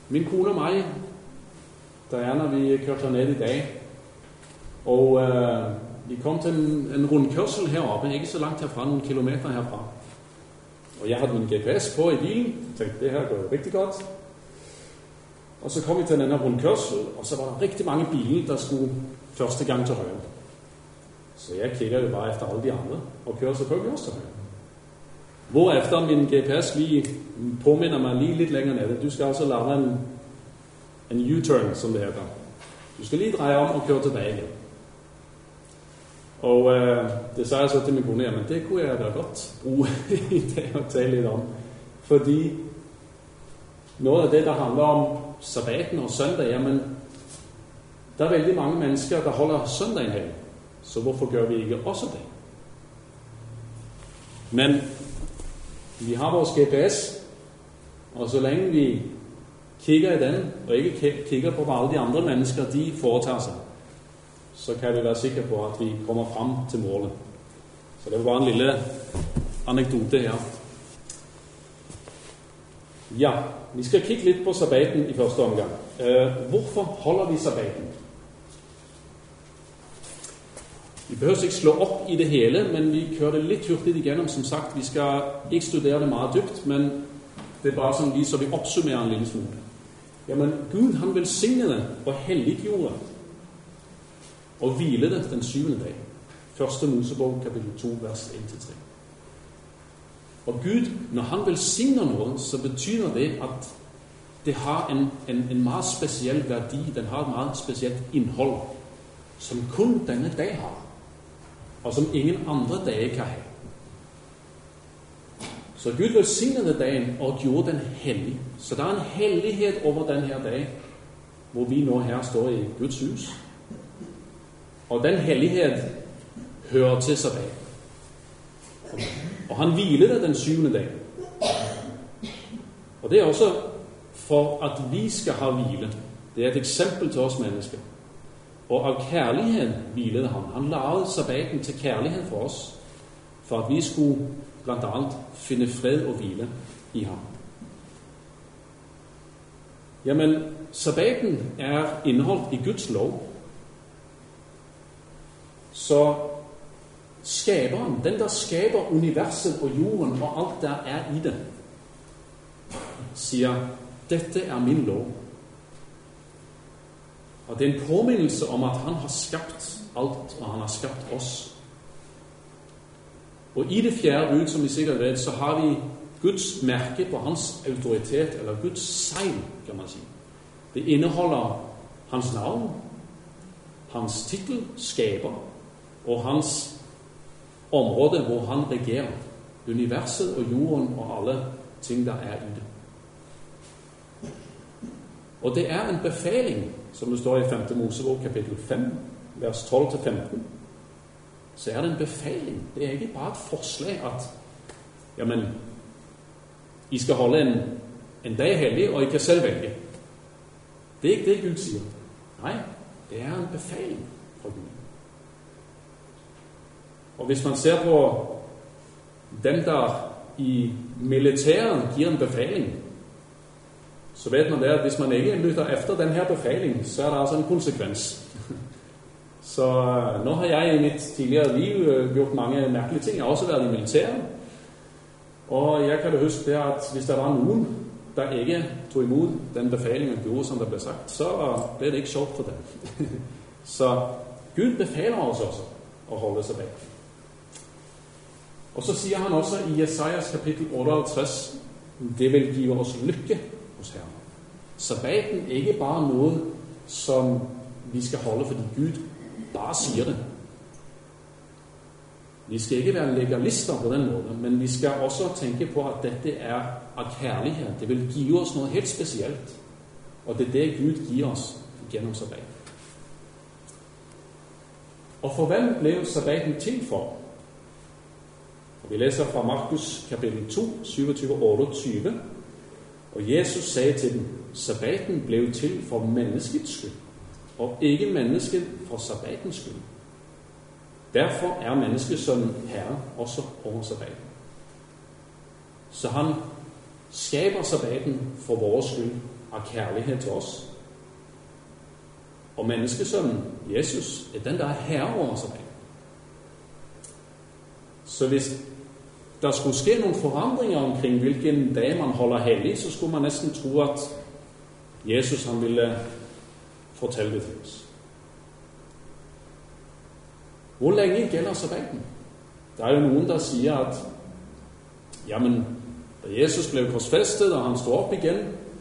Min kone og mig, Diana, vi kørte ned i dag, og vi kom til en rundkørsel heroppe, ikke så langt herfra, nogle kilometer herfra. Og jeg havde min GPS på i bilen, tænkte, det her går jo rigtig godt. Og så kom vi til den her rundkørsel, og så var der rigtig mange biler, der skulle første gang til højre. Så jeg kigger jo bare efter alle de andre, og kører selvfølgelig også til højre. Hvorefter min GPS lige påminder mig lige lidt længere ned. Du skal også lave en U-turn, som det her gør. Du skal lige dreje om og køre tilbage igen. Og det sagde jeg så til min kone, men det kunne jeg da godt bruge i dag at tale lidt om. Fordi noget af det, der handler om sabbaten og søndag, jamen, der er vældig mange mennesker, der holder søndagen her. Så hvorfor gør vi ikke også det? Men vi har vores GPS, og så længe vi kigger i den, og ikke kigger på, hvad alle de andre mennesker, de foretager sig, så kan vi være sikre på, at vi kommer frem til målet. Så det var bare en lille anekdote her. Ja, vi skal kigge lidt på sabbaten i første omgang. Hvorfor holder vi sabbaten? Vi behøver ikke slå op i det hele, men vi kører det lidt hurtigt igennem. Som sagt, vi skal ikke studere det meget dybt, men det er bare sådan lige, så vi opsummerer en lille smule. Jamen, Gud han velsignede og helliggjorde og hvilede den 7. dag. 1. Mosebog, kapitel 2, vers 1-3. Og Gud, når han velsigner noget, så betyder det, at det har en meget speciel værdi. Den har et meget specielt indhold, som kun denne dag har, og som ingen andre dage kan have. Så Gud velsignede dagen og gjorde den hellig. Så der er en hellighed over den her dag, hvor vi nu her står i Guds hus. Og den hellighed hører til sabbat. Og han hvilede den 7. dag. Og det er også for, at vi skal have hvile. Det er et eksempel til os mennesker. Og af kærlighed hvilede han. Han lavede sabbaten til kærlighed for os, for at vi skulle blandt andet finde fred og hvile i ham. Jamen, sabbaten er indeholdt i Guds lov. Så skaberen, den der skaber universet og jorden og alt der er i det, siger, dette er min lov. Og det er en påmindelse om, at han har skabt alt, og han har skabt os. Og i det 4. bud, som I sikkert ved, så har vi Guds mærke på hans autoritet, eller Guds segl, kan man sige. Det indeholder hans navn, hans titel, skaber, og hans område, hvor han regerer. Universet og jorden og alle ting, der er i det. Og det er en befaling, som det står i 5. Mosebog, kapitel 5, vers 12-15. Så er det en befaling. Det er ikke bare et forslag, at jamen, I skal holde en dag hellig, og I kan selv vælge. Det er ikke det, Gud siger. Nej, det er en befaling fra Gud. Og hvis man ser på dem, der i militæret giver en befaling, så ved man det, at hvis man ikke lytter efter den her befaling, så er der altså en konsekvens. Så nu har jeg i mit tidligere liv gjort mange mærkelige ting. Jeg har også været i militæret. Og jeg kan da huske det, at hvis der var nogen, der ikke tog imod den befaling og gjorde, som der blev sagt, så blev det ikke sjovt for dem. Så Gud befaler os også at holde sig bag. Og så siger han også i Jesajas kapitel 58, det vil give os lykke hos Herren. Sabbaten er ikke bare noget, som vi skal holde, fordi Gud bare siger det. Vi skal ikke være legalister på den måde, men vi skal også tænke på, at dette er af kærlighed. Det vil give os noget helt specielt. Og det er det, Gud giver os gennem sabbaten. Og for hvem blev sabbaten til for? Og vi læser fra Markus kapitel 2, 27-28. Og Jesus sagde til dem, sabbaten blev til for menneskets skyld, og ikke mennesket for sabbatens skyld. Derfor er menneskesønnen herre også over sabbaten. Så han skaber sabbaten for vores skyld, av kærlighed til os. Og menneskesønnen, Jesus, er den, der er herre over sabbaten. Så hvis der skulle ske nogle forandringer omkring, hvilken dag man holder hellig, så skulle man næsten tro, at Jesus han ville fortælle det til os. Hvor længe gælder sabbaten? Der er jo nogen, der siger, at jamen, da Jesus blev korsfæstet, og han stod op igen,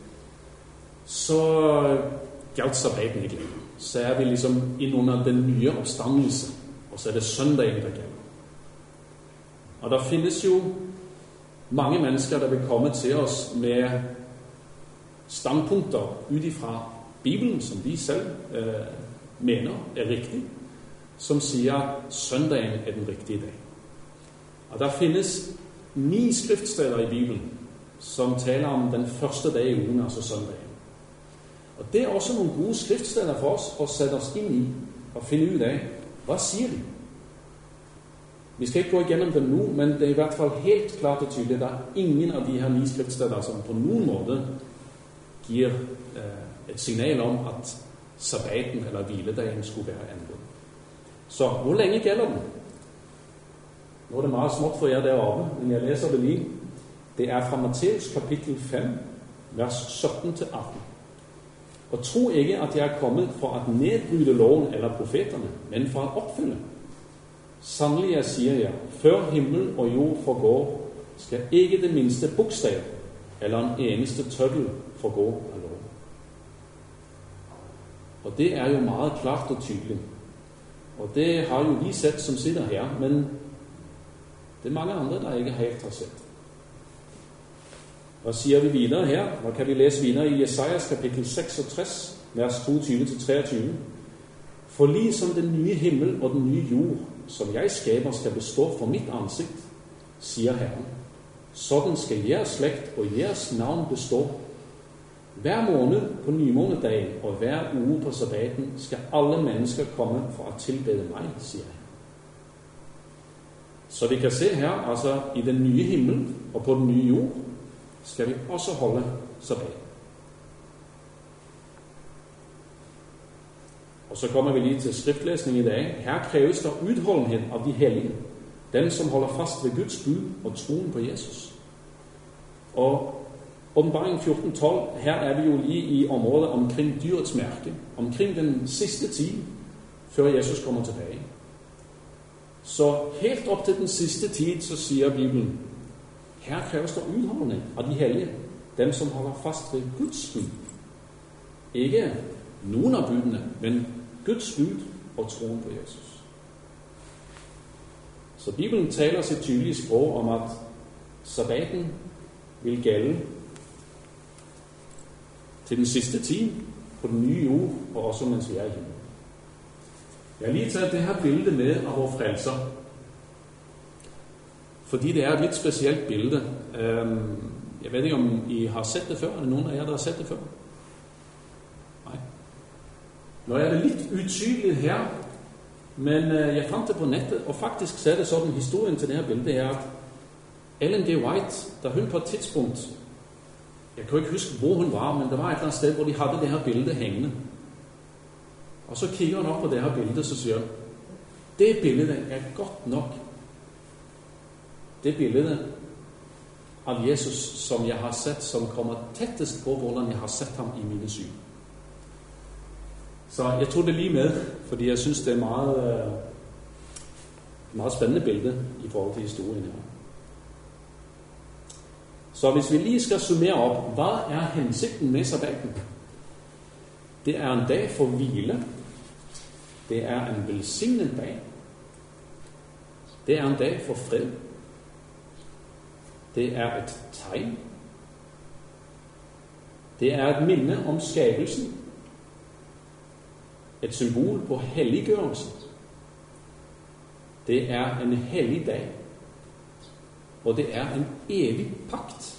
så galt sabbaten ikke længere. Så er vi ligesom ind under den nye opstandelse, og så er det søndagen, der gælder. Og der findes jo mange mennesker, der vil komme til os med standpunkter udifra Bibelen, som de selv mener er rigtigt, som siger, at søndagen er den rigtige dag. Og der findes 9 skriftsteder i Bibelen, som taler om den første dag i ugen, altså søndagen. Og det er også nogle gode skriftsteder for os at sætte os ind i og finde ud af, hvad siger de? Vi skal ikke gå igennem dem nu, men det er i hvert fald helt klart og tydeligt, at der er ingen af de her 9 skriftsteder, som på nogen måde giver et signal om, at sabbaten eller hviledagen skulle være ændret. Så hvor længe gælder den? Nu er det meget småt for jer deroppe, men jeg læser det lige. Det er fra Matthæus kapitel 5, vers 17-18. Og tro ikke, at jeg er kommet for at nedbryde loven eller profeterne, men for at opfylde. Sandelig jeg siger jer, før himmel og jord forgår, skal ikke det mindste bogstav eller en eneste tøddel forgå af loven. Og det er jo meget klart og tydeligt. Og det har jo vi set, som sidder her, men det er mange andre, der ikke helt har set. Hvad siger vi videre her? Hvad kan vi læse videre i Jesajas kapitel 66, vers 22-23? For ligesom den nye himmel og den nye jord, som jeg skaber, skal bestå for mit ansigt, siger Herren, sådan skal jeres slægt og jeres navn bestå. Hver måned på nymånedagen og hver uge på sabbaten skal alle mennesker komme for at tilbede mig, siger han. Så vi kan se her, altså i den nye himmel og på den nye jord, skal vi også holde sabbaten. Og så kommer vi lige til skriftlæsning i dag. Her kræves der udholdenhed af de hellige, dem som holder fast ved Guds bud og troen på Jesus. Og Åbenbaring 14:12, her er vi jo lige i området omkring dyrets mærke, omkring den sidste tid, før Jesus kommer tilbage. Så helt op til den sidste tid, så siger Bibelen, her kræves der udholdenhed af de hellige, dem som holder fast ved Guds bud. Ikke nogen af budene, men Guds bud og troen på Jesus. Så Bibelen taler sit tydelige sprog om, at sabbaten vil gælde til den sidste tid, på den nye uge, og også mens vi er i himlen. Jeg har lige taget det her billede med af vores frelser, fordi det er et lidt specielt billede. Jeg ved ikke, om I har set det før. Er der nogen af jer, der har set det før? Nej. Nå er det lidt utydeligt her, men jeg fandt det på nettet, og faktisk så er det sådan, historien til det her billede er, at Ellen G. White, der hun på et tidspunkt, jeg kan ikke huske, hvor hun var, men der var et eller andet sted, hvor de havde det her billede hængende. Og så kigger hun op på det her billede, så siger hun, det billede er godt nok det billede af Jesus, som jeg har set, som kommer tættest på, hvordan jeg har set ham i mine syn. Så jeg tog det lige med, fordi jeg synes, det er meget spændende billede i forhold til historien her. Så hvis vi lige skal summere op, hvad er hensigten med sabbaten? Det er en dag for hvile. Det er en velsignet dag. Det er en dag for fred. Det er et tegn. Det er et minde om skabelsen. Et symbol på helliggørelse. Det er en hellig dag. Og det er en evig pagt.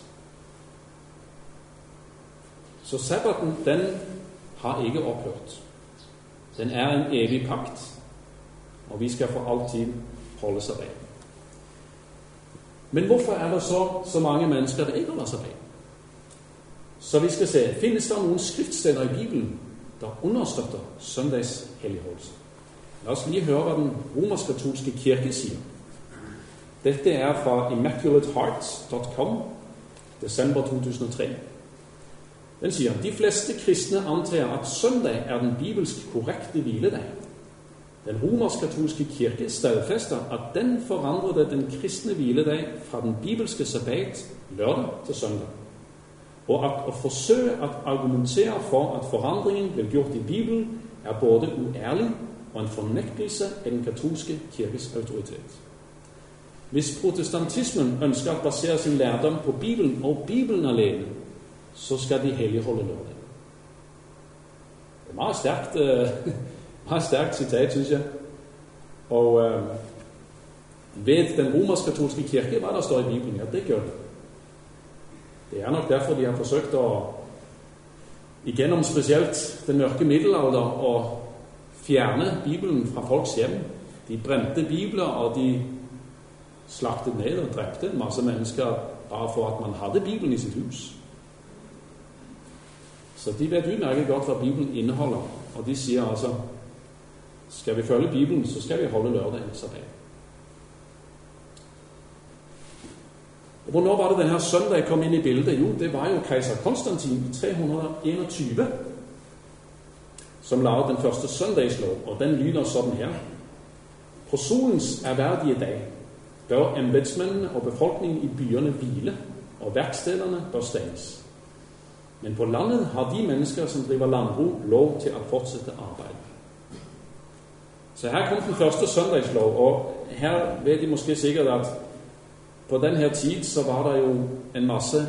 Så sabbaten, den har ikke ophørt. Den er en evig pagt. Og vi skal for altid holde sabbaten. Men hvorfor er der så mange mennesker, der ikke holder sabbaten? Så vi skal se, findes der nogle skriftsteder i Bibelen, der understøtter søndags helligholdelse? Lad os lige høre, hvad den romersk-katolske kirke siger. Dette er fra immaculatehearts.com, december 2003. Den siger, de fleste kristne antager, at søndag er den bibelsk korrekte hviledag. Den romersk-katolske kirke stadfæster, at den forandrede den kristne hviledag fra den bibelske sabbat lørdag til søndag. Og at forsøge at argumentere for, at forandringen blev gjort i Bibelen, er både uærlig og en fornægtelse af den katolske kirkes autoritet. Hvis protestantismen ønsker at basere sin lærdom på Bibelen og Bibelen alene, så skal de helligholde lørdag. Det er meget stærkt citat, synes jeg. Og ved den romersk-katolske kirke, hvad der står i Bibelen, ja, det gør det. Det er nok derfor, de har forsøgt at, igennem specielt den mørke middelalder, at fjerne Bibelen fra folks hjem. De brændte bibler, og de slagtede ned og dræbte en masse mennesker, bare for at man havde Bibelen i sit hus. Så de ved udmærket godt, hvad Bibelen indeholder. Og de siger altså, skal vi følge Bibelen, så skal vi holde lørdagen sabbat. Og hvornår var det, den her søndag kom ind i billedet? Jo, det var jo kejser Konstantin i 321, som lavede den første søndagslov, og den lyder sådan her. På solens erhverdige dag bør embedsmændene og befolkningen i byerne hvile, og værkstederne bør stænges. Men på landet har de mennesker, som driver landbrug, lov til at fortsætte arbejde. Så her kom den første søndagslov, og her ved de måske sikkert, at på den her tid, så var der jo en masse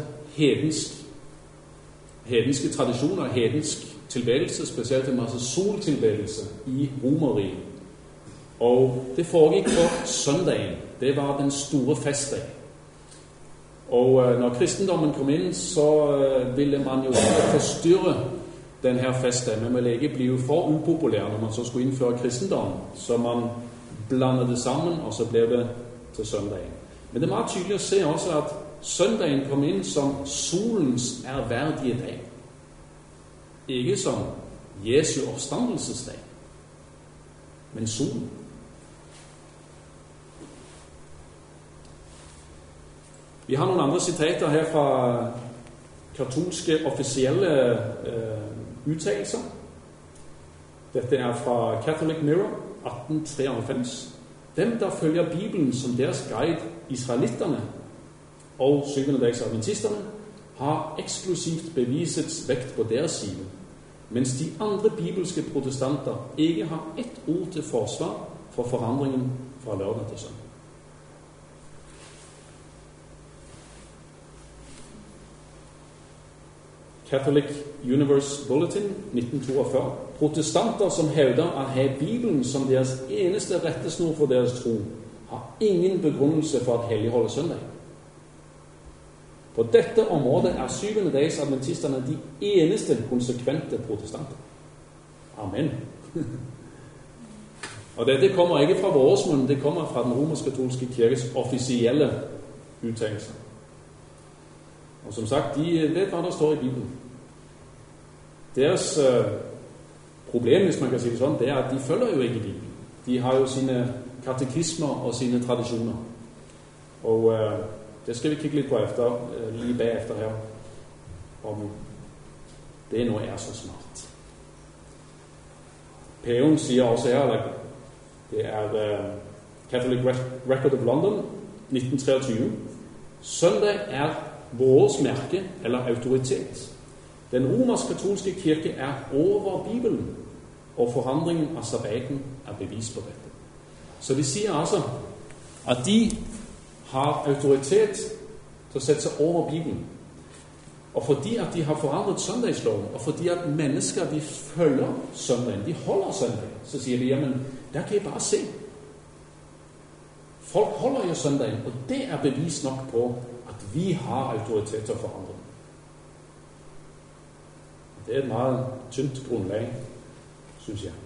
hedenske traditioner, hedensk tilbedelse, specielt en masse soltilbedelse i Romerriget. Og det foregik på søndagen. Det var den store festdag. Og når kristendommen kom ind, så ville man jo forstyrre den her festdag. Man ville ikke blive for upopulær, når man så skulle indføre kristendommen. Så man blandede det sammen, og så blev det til søndagen. Men det er meget tydeligt at se også, at søndagen kom ind som solens erhverdige dag. Ikke som Jesu opstandelsesdag, men solen. Vi har nogle andre citater her fra katolske officielle udtalelser. Dette er fra Catholic Mirror 1893. Dem, der følger Bibelen som deres guide, israelitterne og syvendedags adventisterne, har eksklusivt bevisets vægt på deres side, mens de andre bibelske protestanter ikke har et ord til forsvar for forandringen fra lørdag til søndag. Catholic Universe Bulletin 1942. Protestanter, som hævder at have Bibelen som deres eneste rettesnor for deres tro, har ingen begrundelse for at helligholde søndag. På dette område er syvendedags adventisterne de eneste konsekvente protestanter. Amen. Og det kommer ikke fra vores mund, det kommer fra den romersk-katolske kirkes officielle udtalelser. Og som sagt, de ved, hvad der står i Bibelen. Deres problem, hvis man kan sige det sådan, det er, at de følger jo ikke Bibelen. De har jo sine katekismer og sine traditioner. Og det skal vi kigge lidt på efter, lige bagefter her, om det nu er så smart. Paven siger også her, at det er Catholic Record of London 1923. Søndag er vores mærke eller autoritet. Den romersk-katolske kirke er over Bibelen, og forandringen af sabbaten er bevis på dette. Så vi siger altså, at de har autoritet til at sætte sig over Bibelen. Og fordi at de har forandret søndagsloven, og fordi at mennesker, de følger søndagen, de holder søndagen, så siger vi, jamen, der kan I bare se. Folk holder jo søndagen, og det er bevis nok på, at vi har autoritet til at forandre den. Det er et meget tyndt grundlag, synes jeg.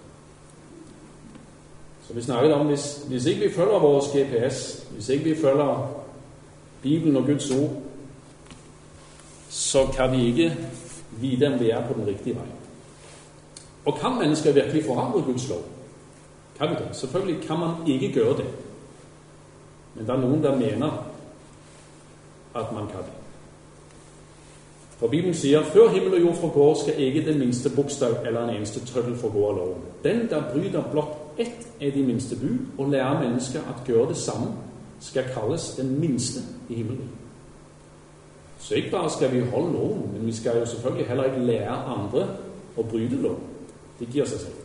Så vi snakkede om, hvis ikke vi følger vores GPS, hvis ikke vi følger Bibelen og Guds ord, så kan vi ikke vide, om vi er på den rigtige vej. Og kan mennesker virkelig forandre Guds lov? Kan vi det? Selvfølgelig kan man ikke gøre det. Men der er nogen, der mener, at man kan det. For Bibelen siger, før himmel og jord forgår, skal ikke den mindste bogstav eller en eneste tøddel forgå af loven. Den, der bryder blot et af de mindste bud og lærer mennesker at gøre det samme, skal kaldes den mindste i himlen. Så ikke bare skal vi holde loven, men vi skal jo selvfølgelig heller ikke lære andre at bryde loven. Det giver sig selv.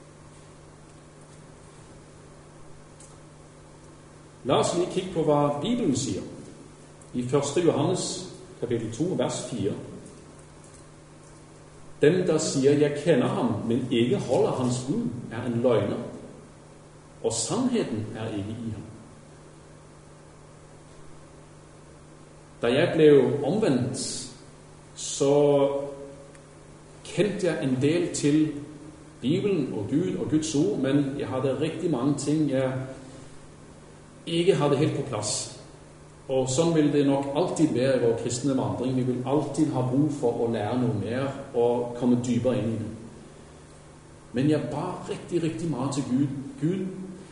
Lad os lige kigge på, hvad Bibelen siger. I 1. Johannes kapitel 2, vers 4. Den, der siger, jeg kender ham, men ikke holder hans bud, er en løgner, og sandheden er ikke i ham. Da jeg blev omvendt, så kendte jeg en del til Bibelen og Gud og Guds ord, men jeg havde rigtig mange ting, jeg ikke havde helt på plads. Og sådan vil det nok altid være i vores kristne vandring. Vi vil altid have brug for at lære noget mere og komme dybere ind i det. Men jeg bad rigtig, rigtig meget til Gud. Gud,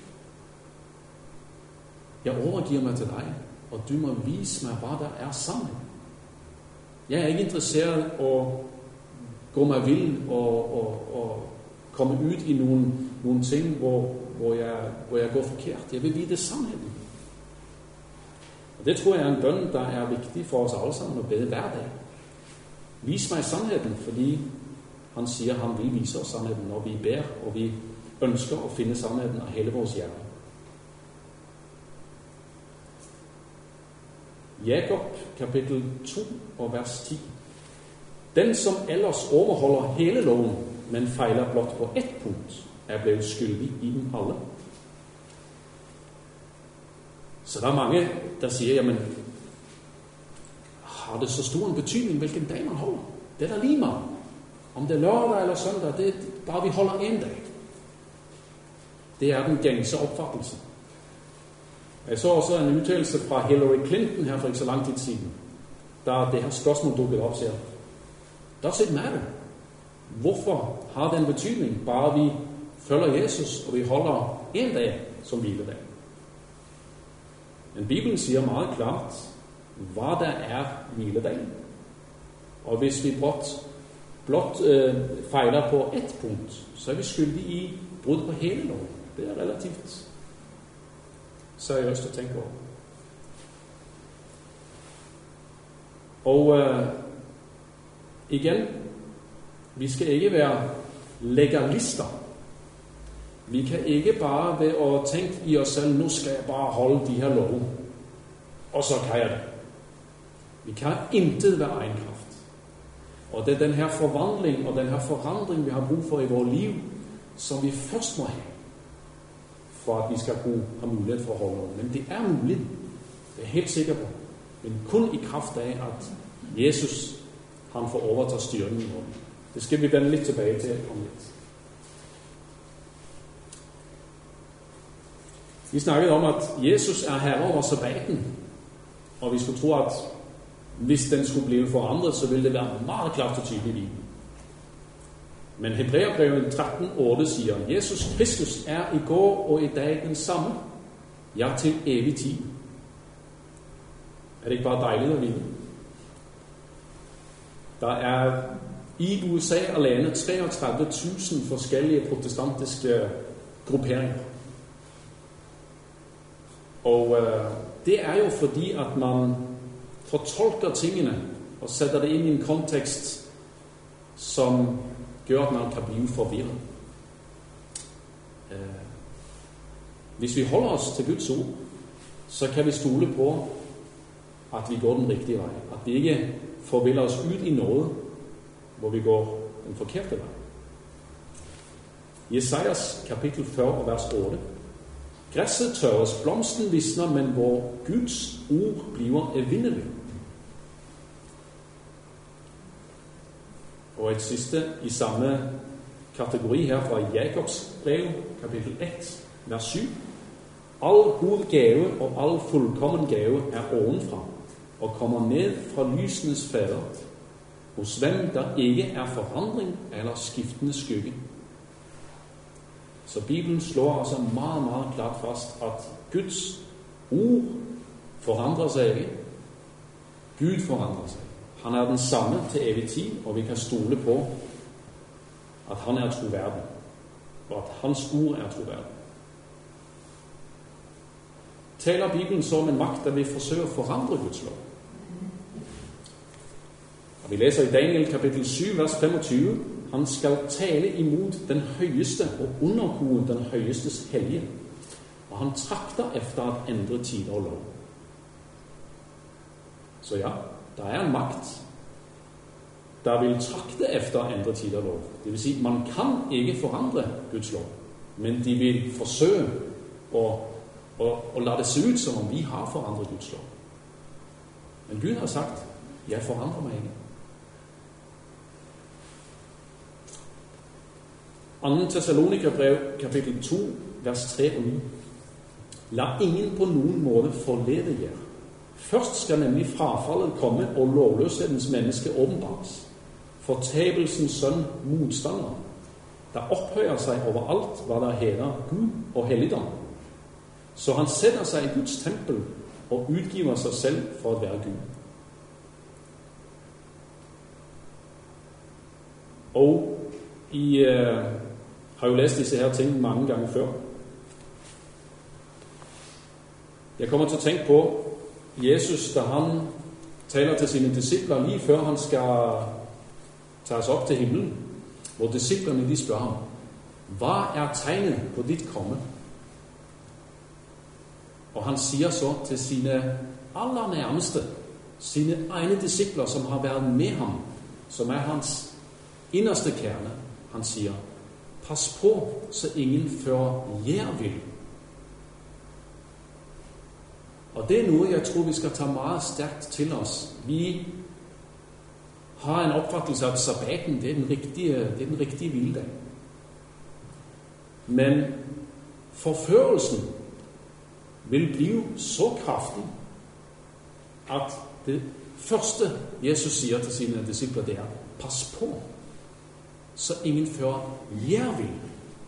jeg overgiver mig til dig, og du må vise mig, hvad der er sandhed. Jeg er ikke interesseret at gå mig vild og komme ud i nogle ting, hvor jeg går forkert. Jeg vil vide sandheden. Og det tror jeg er en bøn, der er vigtig for os alle sammen at bede hver dag. Vis mig sandheden, fordi han siger, at han vil vise os sandheden, når vi beder, og vi ønsker at finde sandheden af hele vores hjerte. Jakob kapitel 2 og vers 10. Den, som ellers overholder hele loven, men fejler blot på et punkt, er blevet skyldig i dem alle. Så der er mange, der siger, jamen, har det så stor en betydning, hvilken dag man holder? Det er der lige meget. Om det er lørdag eller søndag, det er bare vi holder en dag. Det er den gængse opfattelse. Jeg så også en udtalelse fra Hillary Clinton her for ikke så lang tid siden, der det her spørgsmål dukket op, siger, does it matter? Hvorfor har den betydning, bare vi følger Jesus, og vi holder en dag som hviledag? Men Bibelen siger meget klart, hvad der er hviledagen. Og hvis vi blot fejler på et punkt, så er vi skyldige i brud på hele loven. Det er relativt seriøst at tænke over. Og igen, vi skal ikke være legalister. Vi kan ikke bare ved at tænke i os selv, nu skal jeg bare holde de her love, og så kan jeg det. Vi kan intet ved egen kraft. Og det er den her forvandling og den her forandring, vi har brug for i vores liv, som vi først må have, for at vi skal kunne have mulighed for at holde loven. Men det er muligt. Det er jeg helt sikker på. Men kun i kraft af, at Jesus han får overtaget styringen i vores. Det skal vi vende lidt tilbage til om lidt. Vi snakkede om, at Jesus er herre over sabbaten, og vi skulle tro, at hvis den skulle blive forandret, så ville det være meget klart og tydeligt i. Men Hebræerbrevet 13:8 siger, Jesus Kristus er i går og i dag den samme, ja til evig tid. Er det ikke bare dejligt at vide? Der er i USA alene 33.000 forskellige protestantiske grupperinger. Og det er jo fordi, at man fortolker tingene og sætter det ind i en kontekst, som gør, at man kan blive forvirret. Hvis vi holder os til Guds ord, så kan vi stole på, at vi går den rigtige vej. At vi ikke forviller os ud i noget, hvor vi går den forkerte vej. Jesajas kapitel 40, vers 8. Græsset tørres, blomsten visner, men hvor Guds ord bliver evindeligt. Og et sidste i samme kategori her fra Jakobs brev, kapitel 1, vers 7. Al god gave og al fuldkommen gave er ovenfra, og kommer ned fra lysenes fader, hos hvem der ikke er forandring eller skiftende skygge. Så Bibelen slår altså meget, meget klart fast, at Guds ord forandrer sig ikke. Gud forandrer sig. Han er den samme til evig tid, og vi kan stole på, at han er troværdig, og at hans ord er troværdig. Taler Bibelen så om en magt, der vil forsøge at forandre Guds lov? Og vi læser i Daniel kapitel 7, vers 25, han skal tale imod den højeste og underkue den højestes hellige, og han trakter efter at ændre tid og lov. Så ja, der er en magt, der vil trakte efter at ændre tid og lov. Det vil sige, man kan ikke forandre Guds lov, men de vil forsøge at lade det se ud, som om vi har forandret Guds lov. Men Gud har sagt, jeg forandrer mig ikke. 2. Thessalonikerbrev, kapitel 2, vers 3 og 9. Lad ingen på nogen måde forlede jer. Først skal nemlig frafaldet komme, og lovløshedens menneske åbenbares. Fortabelsens søn modstander, der ophøjer sig over alt, hvad der hedder Gud og helligdom. Så han sætter sig i Guds tempel og udgiver sig selv for at være Gud. Og I har jo læst disse her ting mange gange før. Jeg kommer til at tænke på Jesus, da han taler til sine discipler lige før han skal tages op til himlen, hvor disciplerne de spørger ham, hvad er tegnet på dit komme? Og han siger så til sine allernærmeste, sine egne discipler, som har været med ham, som er hans inderste kerne, han siger, pas på, så ingen fører jer vil. Og det er noget, jeg tror, vi skal tage meget stærkt til os. Vi har en opfattelse af, at sabbaten, det er den rigtige hviledag. Men forførelsen vil blive så kraftig, at det første, Jesus siger til sine discipler, det er, pas på, så ingen fører jer vil.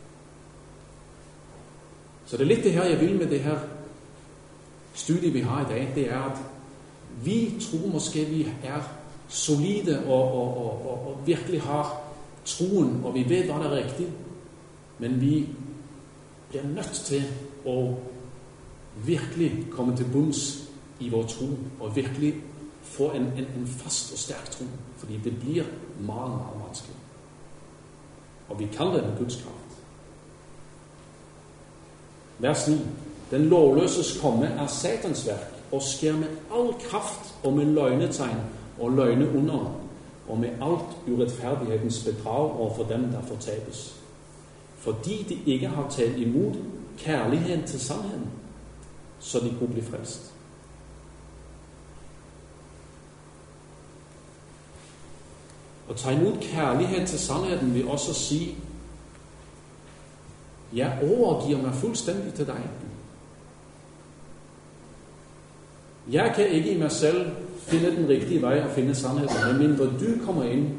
Så det er lidt det her, jeg vil med det her studie, vi har i dag, det er, at vi tror måske, vi er solide og virkelig har troen, og vi ved, hvad der er rigtigt, men vi bliver nødt til at virkelig komme til bunds i vores tro, og virkelig få en fast og stærk tro, fordi det bliver meget, meget vanskeligt. Og vi kan det med Guds kraft. Vers 9. Den lovløses komme er Satans værk, og sker med al kraft og med løgnetegn og løgne under, og med alt uretfærdighedens bedrag over for dem, der fortabes. Fordi de ikke har taget imod kærligheden til sandheden, så de kunne blive frelst. Og tage imod kærlighed til sandheden vil også sige, jeg overgiver mig fuldstændig til dig. Jeg kan ikke i mig selv finde den rigtige vej og finde sandheden, medmindre du kommer ind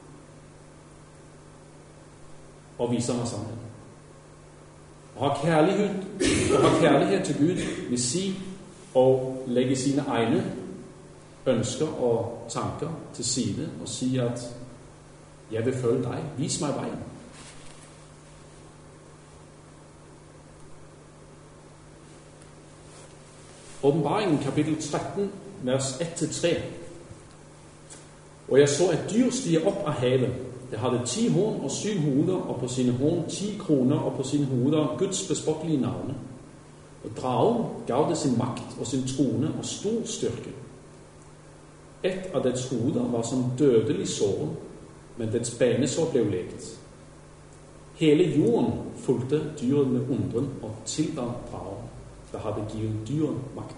og viser mig sandheden. Og har kærlighed til Gud vil sige og lægge sine egne ønsker og tanker til side og sige, at jeg vil følge dig. Vis mig vejen. Åbenbaringen kapitel 13, vers 1-3. Og jeg så et dyr stige op af havet. Det havde 10 horn og 7 hoveder, og på sine horn 10 kroner, og på sine hoveder Guds bespottelige navne. Og dragen gav det sin magt og sin trone og stor styrke. Et af dets hoveder var som dødelig såren, men dets banesår blev lægt. Hele jorden fulgte dyret med undren og tilbad dragen, der havde givet dyret magten.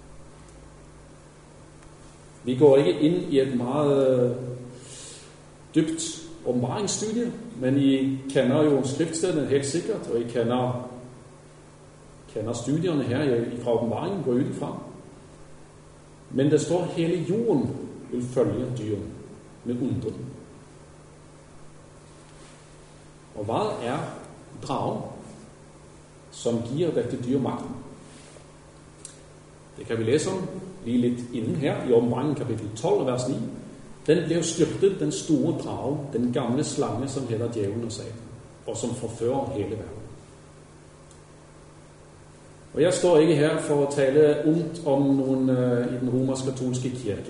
Vi går ikke ind i et meget dybt åbenbaringsstudie, men I kender jo skriftstederne helt sikkert, og I kender studierne her fra åbenbaringen, går ud fra. Men der står, hele jorden vil følge dyret med undren. Og hvad er dragen, som giver dette dyr magten? Det kan vi læse om lige lidt inden her, i Åbenbaringen kapitel 12, vers 9. Den blev styrtet, den store drage, den gamle slange, som hedder djævlen og Satan, og som forfører hele verden. Og jeg står ikke her for at tale ondt om nogen i den romersk-katolske kirke.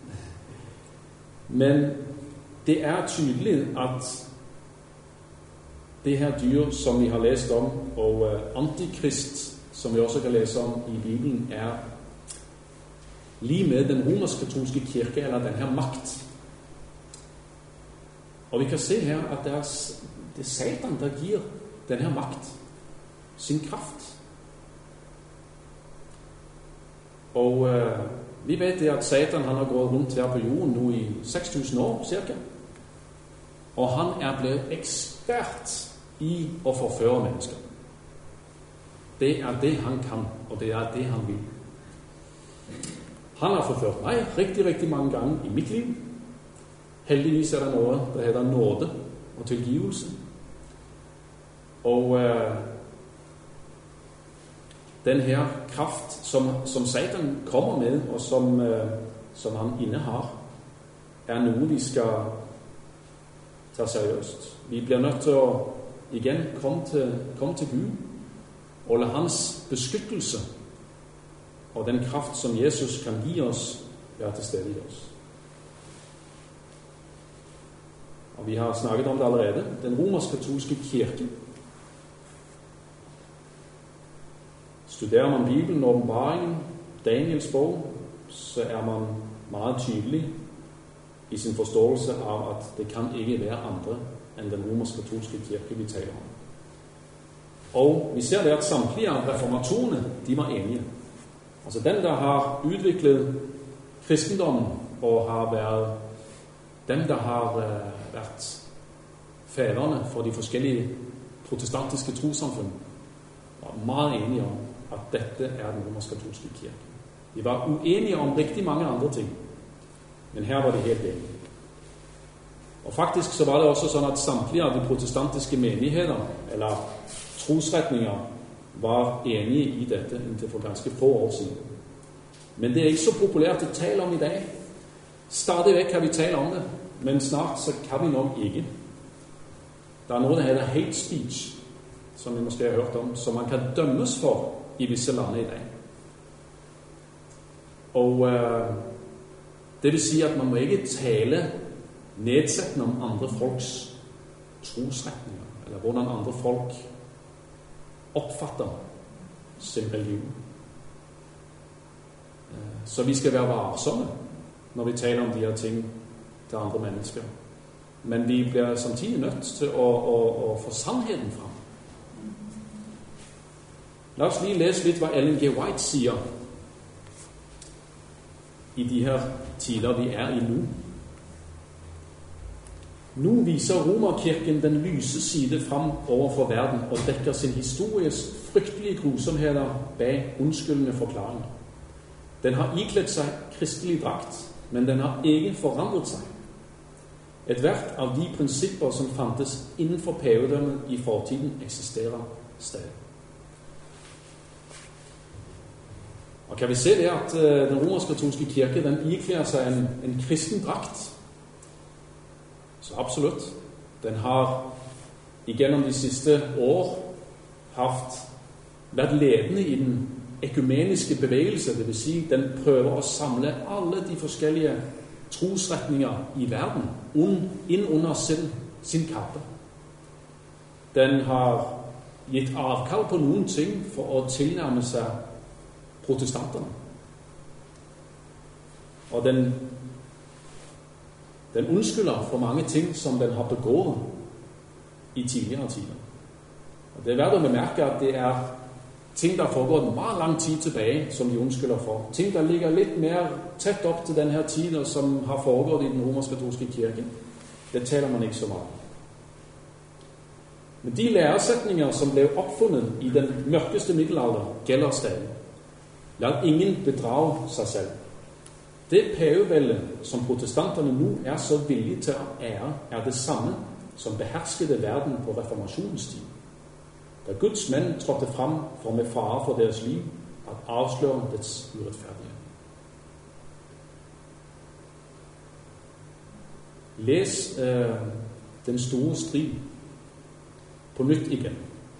Men det er tydeligt, at det her dyr, som vi har læst om, og antikrist, som vi også kan læse om i Bibelen, er lige med den romersk-katolske kirke, eller den her magt. Og vi kan se her, at det er Satan, der giver den her magt sin kraft. Og vi ved det, at Satan han har gået rundt her på jorden nu i 6.000 år cirka. Og han er blevet ekspert i at forføre mennesker. Det er det, han kan, og det er det, han vil. Han har forført mig rigtig, rigtig mange gange i mit liv. Heldigvis er der noget, der hedder nåde og tilgivelse. Og den her kraft, som Satan kommer med, og som han indehar, er noget, vi skal tage seriøst. Vi bliver nødt til at igen komme til Gud, og lade hans beskyttelse og den kraft, som Jesus kan give os, være til stede i os. Og vi har snakket om det allerede. Den romersk-katolske kirke. Studerer man Bibelen, Åbenbaringen, Daniels bog, så er man meget tydelig i sin forståelse af, at det kan ikke være andre end den romersk-katolske kirke, vi taler om. Og vi ser det, at samtlige af reformatorerne, de var enige. Altså den, der har udviklet kristendommen, og har været dem, der har været fædrene for de forskellige protestantiske trossamfund, var meget enige om, at dette er den romersk-katolske kirke. De var uenige om rigtig mange andre ting, men her var det helt enige. Og faktisk så var det også sådan, at samtlige af de protestantiske menigheder, eller trosretninger, var enige i dette indtil for ganske få år siden. Men det er ikke så populært at tale om i dag. Stadigvæk kan vi tale om det, men snart så kan vi nok ikke. Der er noget, der hedder hate speech, som vi måske har hørt om, som man kan dømmes for i visse lande i dag. Og det vil sige, at man må ikke tale nedsættende om andre folks trosretninger, eller hvordan andre folk opfatter sin religion. Så vi skal være varsomme, når vi taler om de her ting til andre mennesker. Men vi bliver samtidig nødt til at få sandheden frem. Lad os lige læse lidt, hvad Ellen G. White siger i de her tider, vi er i nu. Nu viser Romerkirken den lyse side frem over for verden og dækker sin histories frygtelige grusomheder bag undskyldende forklaringer. Den har iklædt sig kristelig dragt, men den har ikke forandret sig. Et hvert af de principper, som fandtes inden for pavedømmet i fortiden, eksisterer stadig. Og kan vi se det, at den romersk-katolske kirke, den iklæder sig en kristen dragt? Så absolut. Den har igennem de sidste år været ledende i den ekumeniske bevægelse, det vil sige, den prøver at samle alle de forskellige trosretninger i verden ind under sin kappe. Den har givet afkald på nogle ting for at tilnærme sig protestanterne. Og den undskylder for mange ting, som den har begået i tidligere tider. Og det er værd at bemærke, at det er ting, der foregår en meget lang tid tilbage, som de undskylder for. Ting, der ligger lidt mere tæt op til den her tid, og som har foregået i den romersk-katolske kirke. Det taler man ikke så meget. Men de læresætninger, som blev opfundet i den mørkeste middelalder, gælder stadig. Lad ingen bedrage sig selv. det pavevælde, som protestanterne nu er så villige til at ære, er det samme, som beherskede verden på reformationens tid. Da Guds mænd trådte frem for med fare for deres liv, at afsløre dets uretfærdighed. Læs den store strid på nyt igen.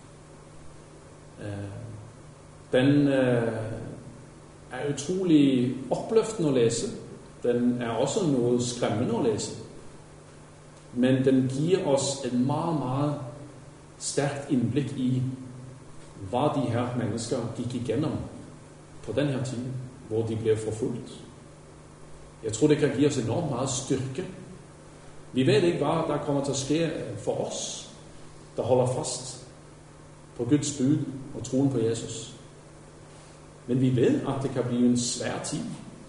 Den er utrolig opløftende at læse. Den er også noget skræmmende at læse. Men den giver os et meget, meget stærkt indblik i, hvad de her mennesker gik igennem på den her tid, hvor de blev forfulgt. Jeg tror, det kan give os enormt meget styrke. Vi ved ikke, hvad der kommer til at ske for os, der holder fast på Guds bud og troen på Jesus. Men vi ved, at det kan blive en svær tid.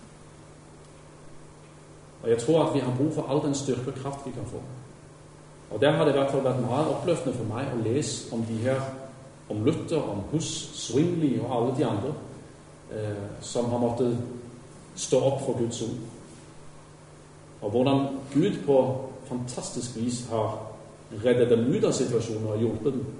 Og jeg tror, at vi har brug for al den styrke og kraft, vi kan få. Og der har det i hvert fald været meget opløftende for mig at læse om de her, om Luther, om Hus, Zwingli og alle de andre, som har måttet stå op for Guds ord. Og hvordan Gud på fantastisk vis har reddet dem ud af situationer og hjulpet dem.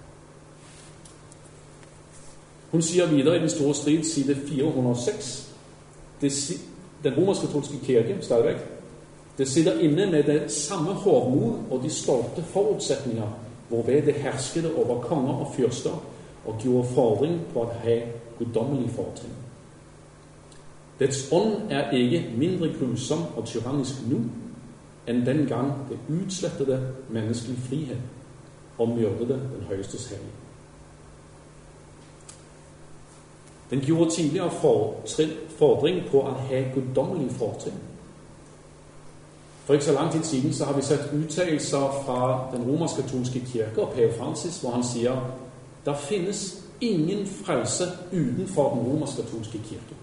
Hun siger videre i den store strid, side 406, den romersk-katolske kirke, stadigvæk, det sidder inde med det samme hårdmod og de stolte forudsætninger, hvorved det herskede over konger og fyrster og gjorde fordring på at have guddommelig fortrin. Dets ånd er ikke mindre grusom og tyrannisk nu, end dengang det udslettede menneskelig frihed og myrdede den højestes hellige. Den gjorde tidligere fordring på at have guddommelig fortrin. For ikke så lang tid siden, så har vi set udtalelser fra den romersk-katolske kirke og pave Francis, hvor han siger, der findes ingen frelse uden for den romersk-katolske kirke.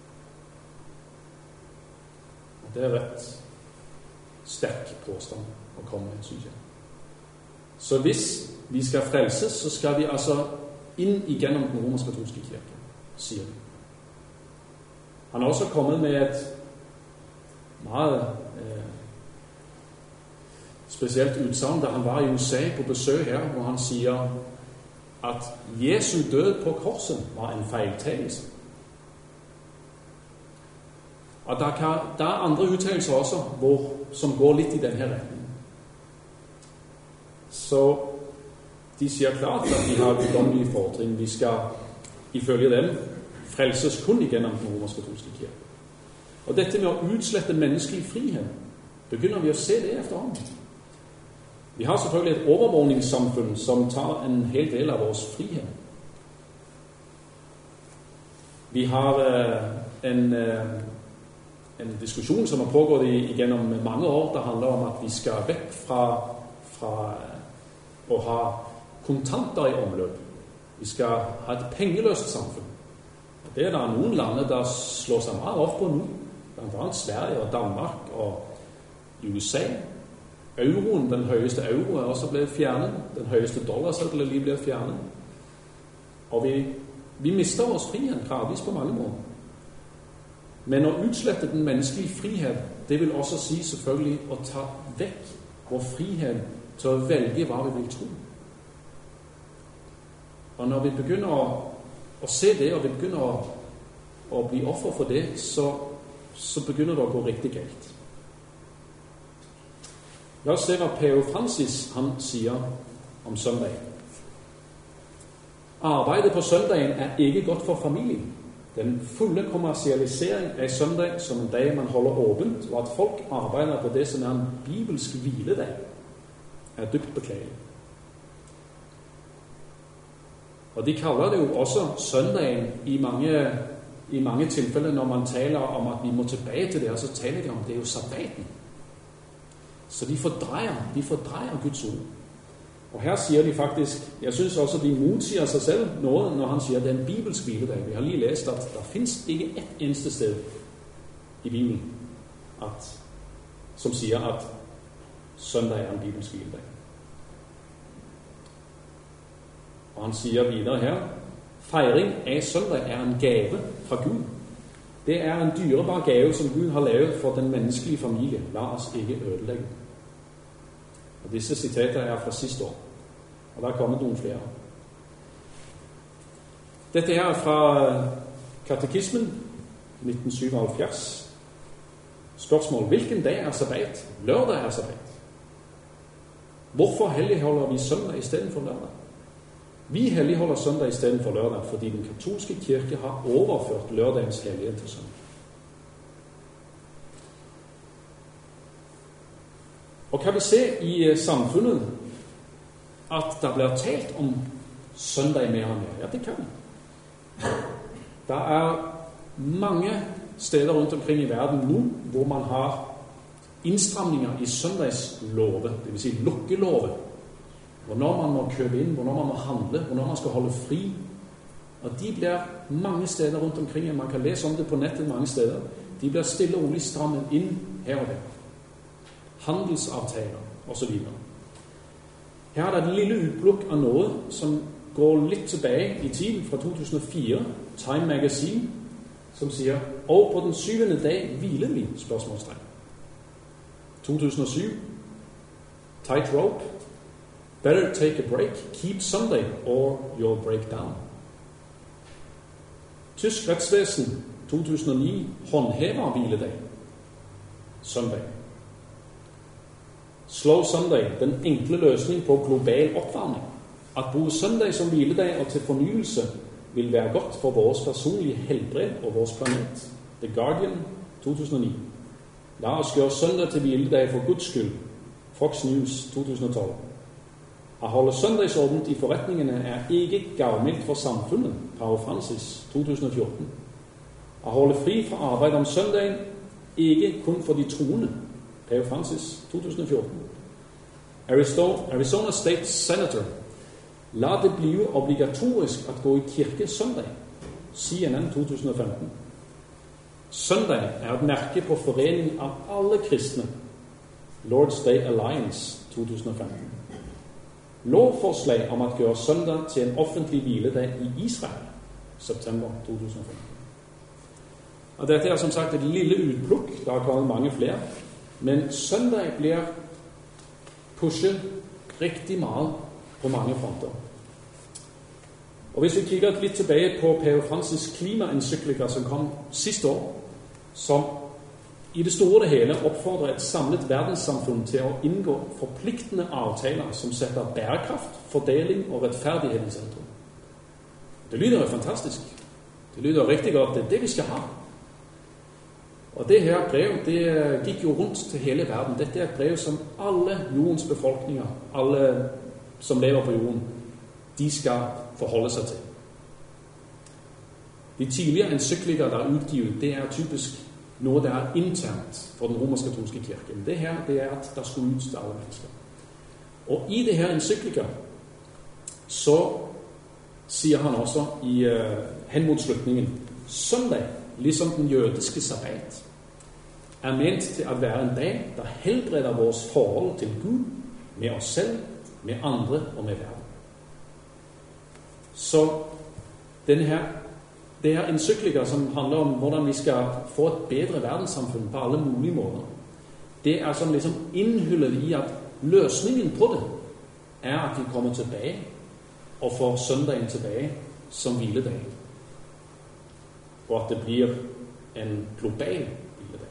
Og det er ret stærk påstand at komme med, synes jeg. Så hvis vi skal frelses, så skal vi altså ind igennem den romersk-katolske kirke, siger vi. Han er også kommet med et meget specielt udsagn, da han var i USA på besøg her, hvor han siger, at Jesu død på korset var en fejltagelse. Og der er andre udtalelser også, som går lidt i den her retning. Så de siger klart, at de har guddommelige fordring. Vi skal ifølge dem frelses kun igennem den romersk-katolske kirke. Og dette med at udslette menneskelig frihed, begynder vi at se det efterhånden. Vi har selvfølgelig et overvågningssamfund, som tager en hel del af vores frihed. Vi har en diskussion, som har pågået igennem mange år, der handler om, at vi skal væk fra at have kontanter i omløb. Vi skal have et pengeløst samfund. Og det er der nogle lande, der slår sig meget op på nu. Blandt andet Sverige og Danmark og i USA. Euroen, den højeste euro, er også blevet fjernet. Den højeste dollarseddel er lige blevet fjernet. Og vi mister vores frihed gradvis på mange måder. Men at udslette den menneskelige frihed, det vil også sige selvfølgelig at tage væk vores frihed til at vælge, hvad vi vil tro. Og når vi begynder at se det, og vi begynder at blive offer for det, så begynder det at gå rigtig galt. Lad os se, hvad pave Francis han siger om søndagen. Arbejdet på søndagen er ikke godt for familien. Den fulde kommercialisering af søndag som en dag, man holder åbent, og at folk arbejder på det, som er en bibelsk hviledag, er dybt beklageligt. Og de kalder det jo også søndagen i mange tilfælde, når man taler om, at vi må tilbage til det, og så taler de om, det er jo sabbaten. Så de fordrejer Guds ord. Og her siger de faktisk, jeg synes også, at de modsiger sig selv noget, når han siger, at det er en bibelsk hviledag. Vi har lige læst, at der findes ikke et eneste sted i Bibelen, som siger, at søndag er en bibelsk hviledag. Og han siger videre her, fejring af søndag er en gave fra Gud. Det er en dyrebar gave, som Gud har lavet for den menneskelige familie. Lad os ikke ødelægge. Og disse citater er fra sidste år. Og der er kommet nogle flere. Dette her er fra Katekismen 1977. Spørgsmål: hvilken dag er sabbat? Lørdag er sabbat. Hvorfor helligholder vi søndag i stedet for lørdag? Vi helligholder søndag i stedet for lørdag, fordi den katolske kirke har overført lørdagens hellighed til søndag. Og kan vi se i samfundet, at der bliver talt om søndag mere og mere? Ja, det kan vi. Der er mange steder rundt omkring i verden nu, hvor man har indstramninger i søndagslove, det vil sige lukkelove. Hvornår man må købe ind, hvornår man må handle, hvornår man skal holde fri. Og de bliver mange steder rundt omkring, man kan læse om det på nettet mange steder. De bliver stille og roligt strammet ind her og der. Handelsaftaler osv. Her er der et lille udpluk af noget, som går lidt tilbage i tiden fra 2004. Time Magazine, som siger, og på den 7. dag hviler vi, spørgsmålstegn. 2007, Tightrope, better take a break, keep Sunday or you'll break down. Tysk retsvæsen, 2009, håndhæver hviledag, søndag. Slow Sunday, den enkle løsning på global opvarmning. At bruge søndag som hviledag og til fornyelse vil være godt for vores personlige helbred og vores planet. The Guardian, 2009. Lad os gøre søndag til hviledag for Guds skyld. Fox News, 2012. At holde søndagsåbent i forretningerne er ikke gavmildt for samfundet. Pave Francis, 2014. At holde fri fra arbejde om søndagen, ikke kun for de troende. Pave Francis, 2014. Arizona State Senator. Lad det blive obligatorisk at gå i kirke søndag. CNN, 2015. Søndag er et mærke på foreningen af alle kristne. Lord's Day Alliance, 2015. Lovforslag om at gøre søndag til en offentlig hviledag i Israel, september 2015. Og dette er som sagt et lille udpluk, der er kommet mange flere. Men søndag bliver pushet rigtig meget på mange fronter. Og hvis vi kigger lidt tilbage på Pave Francis klimaencykliker, som kom sidste år, som i det store hele opfordrer et samlet verdenssamfund til at indgå forpligtende aftaler, som sætter bærekraft, fordeling og retfærdighed i centrum. Det lyder jo fantastisk. Det lyder rigtig godt. Det er det, vi skal have. Og det her brev, det gik jo rundt til hele verden. Dette er et brev, som alle jordens befolkninger, alle som lever på jorden, de skal forholde sig til. De tidligere encykliker, der er udgivet, det er typisk noget, der er internt for den romersk-katolske kirke. Men det her, det er, at der skulle ud til alle mennesker. Og i det her encykliker, så siger han også hen mod slutningen, søndag, ligesom den jødiske sabbat, er ment til at være en dag, der helbreder vores forhold til Gud, med os selv, med andre og med verden. Så det her encykliker, som handler om, hvordan vi skal få et bedre verdenssamfund på alle mulige måder, det er sådan ligesom indhyllet i, at løsningen på det er, at vi kommer tilbage og får søndagen tilbage som hviledag. Og at det bliver en global hviledag.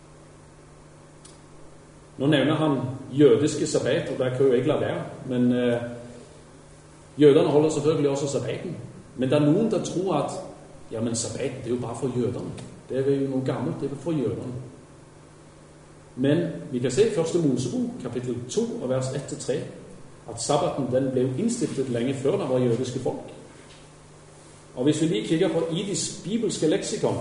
Nu nævner han jødiske sabbat, og der kan jo ikke lade være, men jøderne holder selvfølgelig også sabbaten. Men der er nogen, der tror, at jamen sabbaten, det er jo bare for jøderne. Det er jo noget gammelt, det er for jøderne. Men vi kan se i 1. Mosebog, kapitel 2, og vers 1-3, at sabbaten den blev indstiftet længe før der var jødiske folk. Og hvis vi lige kigger på Idis bibelske leksikon,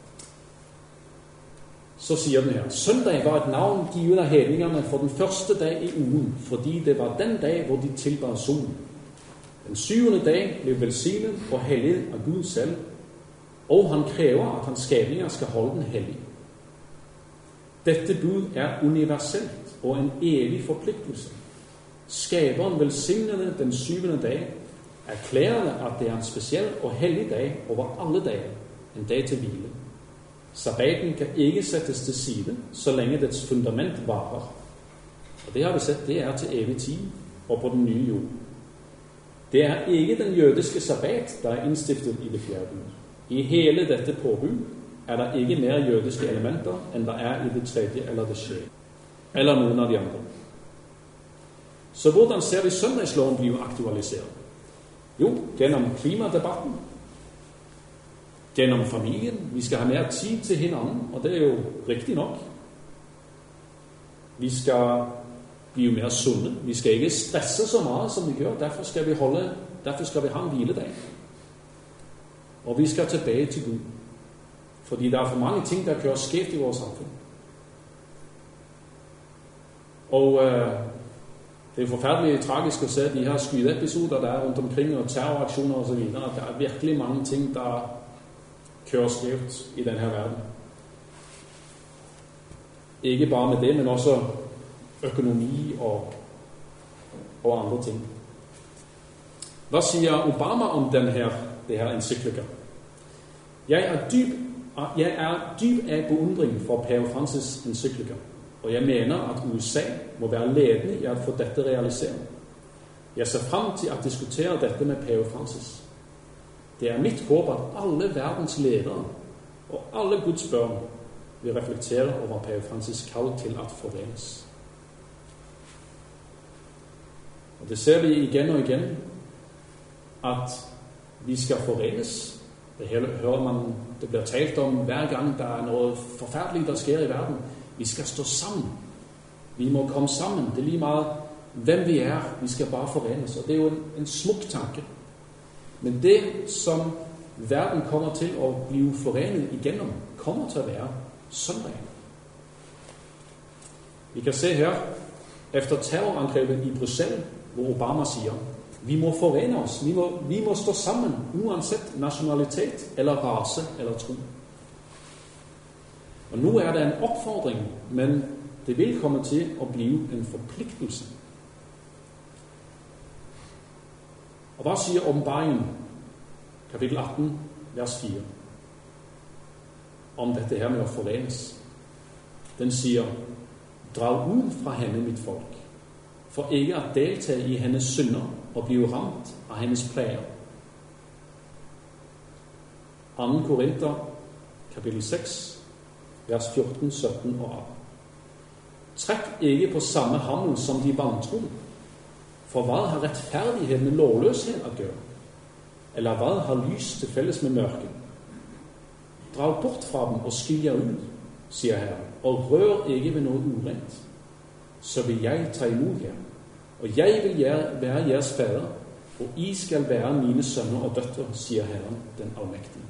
så siger den her, søndag var et navn givet af hedningerne for den første dag i ugen, fordi det var den dag, hvor de tilbad solen. Den 7. dag blev velsignet og helliget af Gud selv, og han kræver, at hans skabninger skal holde den hellig. Dette bud er universelt og en evig forpligtelse. Skaberen velsignede den 7. dag, erklærede, at det er en speciel og hellig dag over alle dage, en dag til hvile. Sabbaten kan ikke sættes til side, så længe dets fundament varer. Og det har vi set, det er til evig tid og på den nye jord. Det er ikke den jødiske sabbat, der er indstiftet i det 4. bud. I hele dette påbud er der ikke mere jødiske elementer, end der er i det 3. eller det 6. Eller nogen af de andre. Så hvordan ser vi søndagsloven blive aktualiseret? Jo, gennem klimadebatten, gennem familien. Vi skal have mere tid til hinanden, og det er jo rigtigt nok. Vi skal blive mere sunde. Vi skal ikke stresse så meget, som vi gør. Derfor skal vi have en hviledag. Og vi skal tilbage til Gud. Fordi der er for mange ting, der kører skævt i vores samfund. Og det er forfærdeligt tragisk at se de her skydepisoder, der er rundt omkring, og terroraktioner og så videre. Der er virkelig mange ting, der kører skævt i den her verden. Ikke bare med det, men også økonomi og andre ting. Hvad siger Obama om det her encyklika? Jeg er dyb af beundring for Pave Francis encyklika, og jeg mener, at USA må være ledende i at få dette realiseret. Jeg ser frem til at diskutere dette med Pave Francis. Det er mit håb, at alle verdens ledere og alle Guds børn vil reflektere over Pave Francis' kald til at forenes. Og det ser vi igen og igen, at vi skal forenes. Det hører man, det bliver talt om hver gang, der er noget forfærdeligt, der sker i verden. Vi skal stå sammen. Vi må komme sammen. Det er lige meget, hvem vi er. Vi skal bare forenes. Og det er jo en smuk tanke. Men det, som verden kommer til at blive forenet igennem, kommer til at være søndag. Vi kan se her, efter terrorangrebet i Bruxelles, hvor Obama siger, vi må forene os, vi må stå sammen, uanset nationalitet, eller race, eller tro. Og nu er der en opfordring, men det vil komme til at blive en forpligtelse. Og hvad siger Åbenbaringen, kapitel 18, vers 4, om dette her med at forenes? Den siger, drag ud fra hende, mit folk, for ikke at deltage i hendes synder og blive ramt af hendes plager. 2. Korinther, kapitel 6, vers 14, 17 og 18. Træk ikke på samme hammel som de vantro, for hvad har retfærdighed med lovløshed at gøre? Eller hvad har lys til fælles med mørke? Drag bort fra dem og skil jer ud, siger Herren, og rør ikke ved noget urent. Så vil jeg tage imod jer, og jeg vil være jeres fader, og I skal være mine sønner og døtre, siger Herren, den almægtige.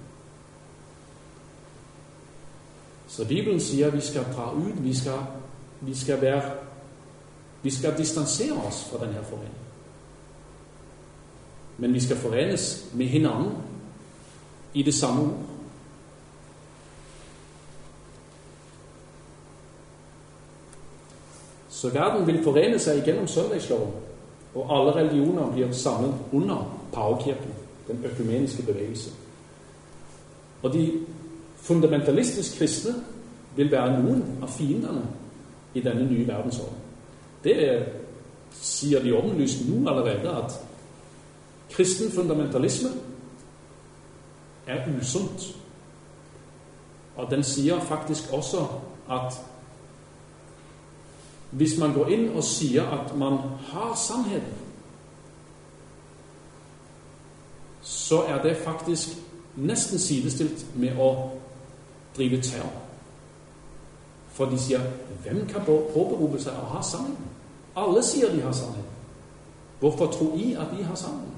Så Bibelen siger, at vi skal drage ud, vi skal distancere os fra den her forening. Men vi skal forenes med hinanden i det samme ord. Så verden vil forene sig igennem søndagsloven, og alle religioner bliver samlet under pavekirken, den økumeniske bevægelse. Og de fundamentalistiske kristne vil være nogen af fienderne i denne nye verdensorden. Det siger de åbenlyst nu allerede, at kristen fundamentalisme er usundt. Og den siger faktisk også, at hvis man går ind og siger, at man har sandheden, så er det faktisk næsten sidestilt med at drive terror. For de siger, hvem kan påberåbe sig at have sandheden? Alle siger, de har sandheden. Hvorfor tror I, at I har sandheden?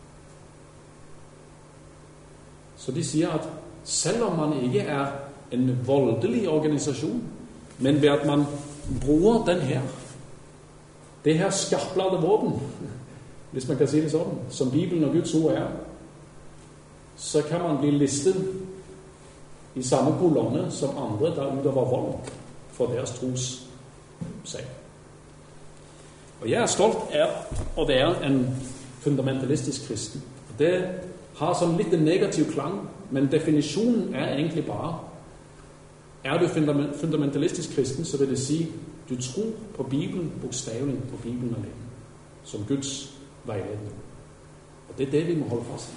Så de siger, at selvom man ikke er en voldelig organisation, men ved at man bruger det her skarpladte våben, hvis man kan sige det sådan, som Bibelen og Guds ord er, så kan man blive listet i samme kolonne som andre, der udøver vold for deres tros sag. Og jeg er stolt af at være en fundamentalistisk kristen. Det har sådan lidt en negativ klang, men definitionen er egentlig bare, Er du fundamentalistisk kristen, så vil det sige, du tror på Bibelen, bogstaveligt på Bibelen alene, som Guds vejledning. Og det er det, vi må holde fast i.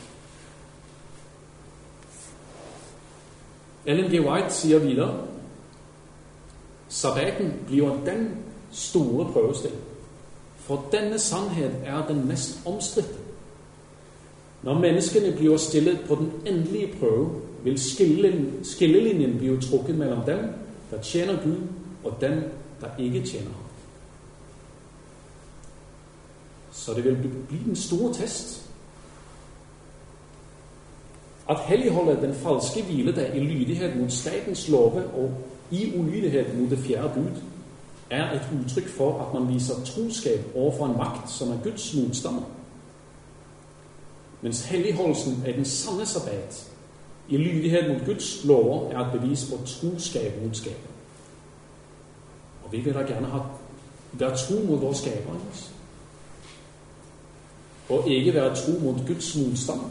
Ellen G. White siger videre, sabbaten bliver den store prøvested, for denne sandhed er den mest omstridte. Når menneskene bliver stillet på den endelige prøve, vil skillelinjen blive trukket mellem dem, der tjener Gud, og dem, der ikke tjener ham. Så det vil blive en stor test. At helligholde den falske hviledag i lydighed mod statens love og i ulydighed mod det fjerde bud, er et udtryk for, at man viser troskab overfor en magt, som er Guds modstander. Mens helligholdelsen af den sande sabbat i lydighed mod Guds lover er et bevis på troskab mod skaber. Og vi vil da gerne være tro mod vores skaber, og ikke være tro mod Guds modstander.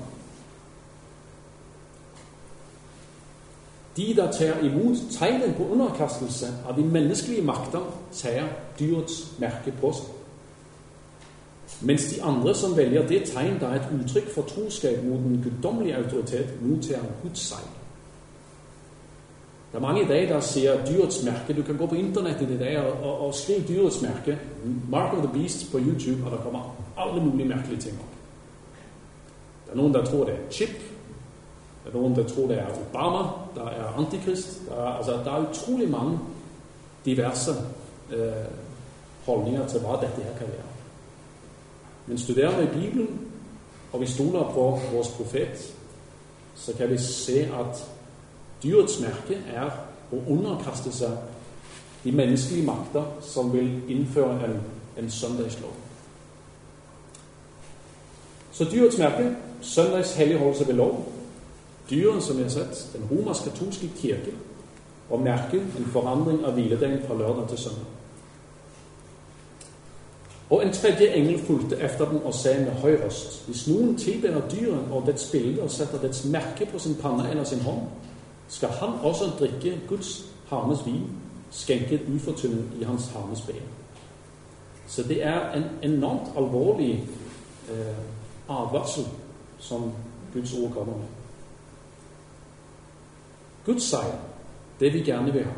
De, der tager imod tegnen på underkastelse af de menneskelige magter, tager dyrets mærke på sig. Mens de andre, som vælger det tegn, der er et udtryk for troskab mod den guddommelige autoritet, modtager Guds sejr. Der er mange i dag, der ser dyrets mærke. Du kan gå på internettet i dag og skrive dyrets mærke, Mark of the Beast på YouTube, og der kommer alle mulige mærkelige ting op. Der er nogen, der tror, det er chip. Der er nogen, der tror, det er Obama. Der er antikrist. Der er utrolig mange diverse holdninger til, hvad dette her kan være. Men studerer vi i Bibelen, og vi stoler på vores profet, så kan vi se, at dyrets mærke er at underkaste sig de menneskelige magter, som vil indføre en søndagslov. Så dyrets mærke, søndags helligholdelse ved lov, dyret, som jeg har sat, den romersk-katolske kirke, og mærke en forandring af hviledagen fra lørdag til søndag. Og en tredje engel fulgte efter den og sagde med høj røst, hvis nogen tilbeder dyret og dets billede og sætter dets mærke på sin pande eller sin hånd, skal han også drikke Guds harmes vin, skænket ufortyndet i hans harmes bæger. Så det er en enormt alvorlig advarsel, som Guds ord kommer med. Guds sejr, det vi gerne vil have,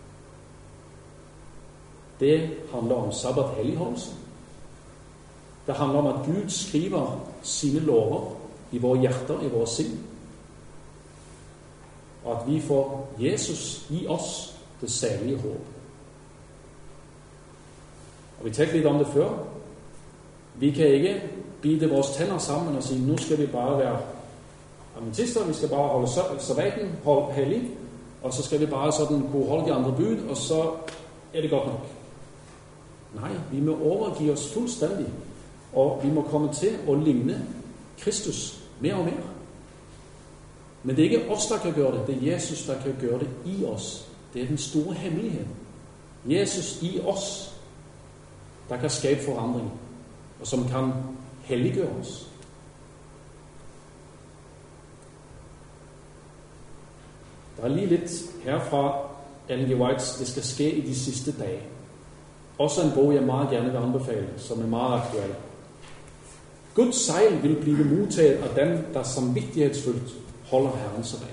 det handler om sabbat helligholdelse. Det handler om, at Gud skriver sine lover i vores hjerter, i vores sind. Og at vi får Jesus i os, det særlige håb. Og vi talte lidt om det før. Vi kan ikke bide vores tænder sammen og sige, nu skal vi bare være adventister, vi skal bare holde sabbaten hellig, og så skal vi bare sådan kunne holde de andre bud, og så er det godt nok. Nej, vi må overgive os fuldstændig, og vi må komme til at ligne Kristus mere og mere. Men det er ikke os, der kan gøre det, det er Jesus, der kan gøre det i os. Det er den store hemmelighed. Jesus i os, der kan skabe forandring, og som kan helliggøre os. Der er lige lidt herfra Ellen G. Whites, det skal ske i de sidste dage. Også en bog, jeg meget gerne vil anbefale, som er meget aktuel. Guds sejl vil blive modtaget af dem, der samvittighedsfuldt holder Herrens sabbat.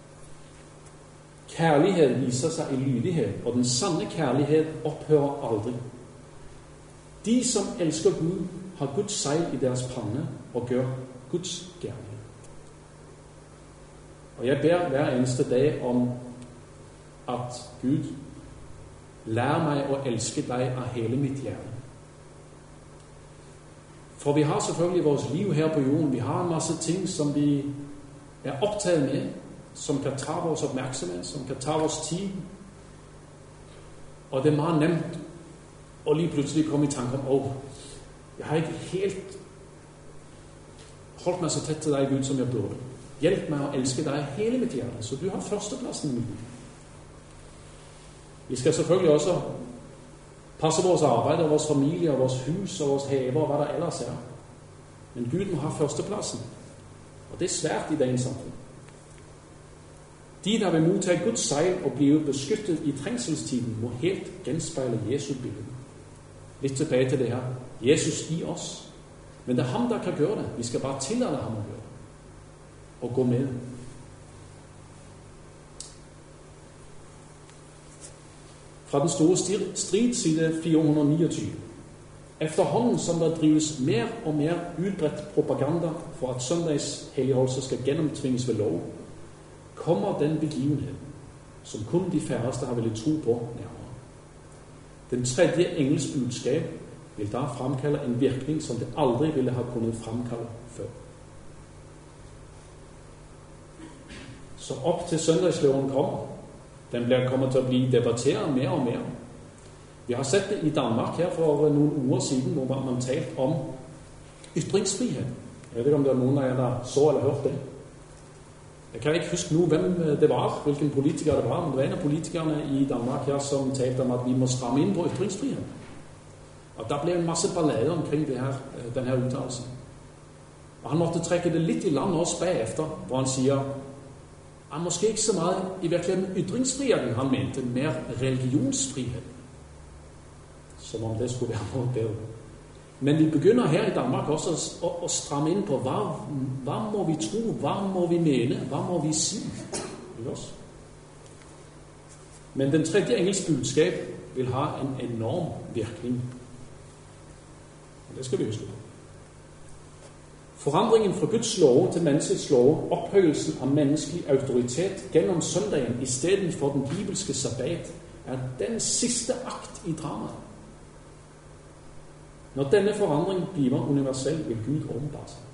Kærlighed viser sig i lydighed, og den sande kærlighed ophører aldrig. De, som elsker Gud, har Guds sejl i deres pande og gør Guds gerning. Og jeg beder hver eneste dag om, at Gud lærer mig at elske dig af hele mit hjerte. For vi har selvfølgelig vores liv her på jorden. Vi har en masse ting, som vi er optaget med, som kan tage vores opmærksomhed, som kan tage vores tid. Og det er meget nemt at lige pludselig komme i tanke om, jeg har ikke helt holdt mig så tæt til dig, Gud, som jeg burde. Hjælp mig at elske dig hele mit hjerte, så du har førstepladsen i mit liv. Vi skal selvfølgelig også passe vores arbejde, og vores familie, og vores hus, og vores haver, og hvad der ellers er. Men Gud må have førstepladsen. Og det er svært i dagens samfund. De, der vil modtage Guds sejl og blive beskyttet i trængselstiden, må helt genspejle Jesu billede. Lidt tilbage til det her. Jesus i os. Men det er ham, der kan gøre det. Vi skal bare tillade ham at gøre det. Og gå med. Fra den store strid, side 429. Efterhånden som der drives mere og mere udbredt propaganda for at søndagshelligholdelse skal gennemtvinges ved lov, kommer den begivenhed, som kun de færreste har ville tro på nærmere. Den tredje engels budskab vil der fremkalde en virkning, som det aldrig ville have kunnet fremkalde før. Så op til søndagsloven kommer. Den kommer til at blive debatteret mere og mere. Vi har set det i Danmark her for nogle uger siden, hvor man talte om ytringsfrihed. Jeg ved ikke, om der er nogen af jer, der så eller hørte det. Jeg kan ikke huske nu, hvem det var, hvilken politiker det var, men det var en af politikerne i Danmark her, som talte om, at vi må stramme ind på ytringsfrihed. Og der blev en masse ballade omkring det her, den her udtalelse. Og han måtte trække det lidt i land også bagefter, hvor han siger, at måske ikke så meget i virkeligheden ytringsfriheden, han mente, mere religionsfrihed. Som om det skulle være noget bedre. Men vi begynder her i Danmark også at stramme ind på, hvad må vi tro, hvad må vi mene, hvad må vi sige. Men den tredje engels budskab vil have en enorm virkning. Og det skal vi huske på. Forandringen fra Guds lov til menneskets lov, ophøjelsen af menneskelig autoritet gennem søndagen i stedet for den bibelske sabbat, er den sidste akt i dramaet. Når denne forandring bliver universel, vil Gud åbenbare sig.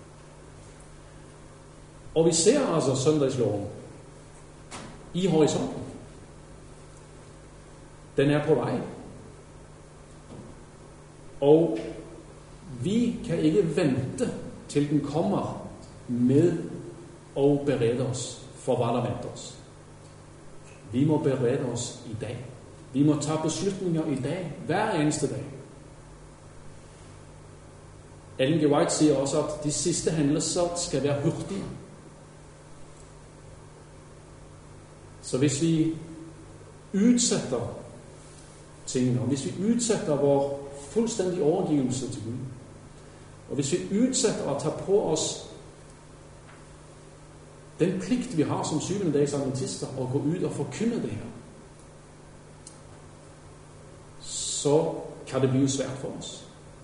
Og vi ser altså søndagsloven i horisonten. Den er på vej. Og vi kan ikke vente til den kommer med og berede os for, hvad der venter os. Vi må berede os i dag. Vi må tage beslutninger i dag, hver eneste dag. Ellen G. White siger også, at de sidste hændelser skal være hurtige. Så hvis vi udsætter tingene, og hvis vi udsætter vores fuldstændig overgivelse til Gud, og hvis vi udsætter at tage på os den pligt, vi har som syvende dags adventister, at gå ud og forkynde det her, så kan det blive svært for os.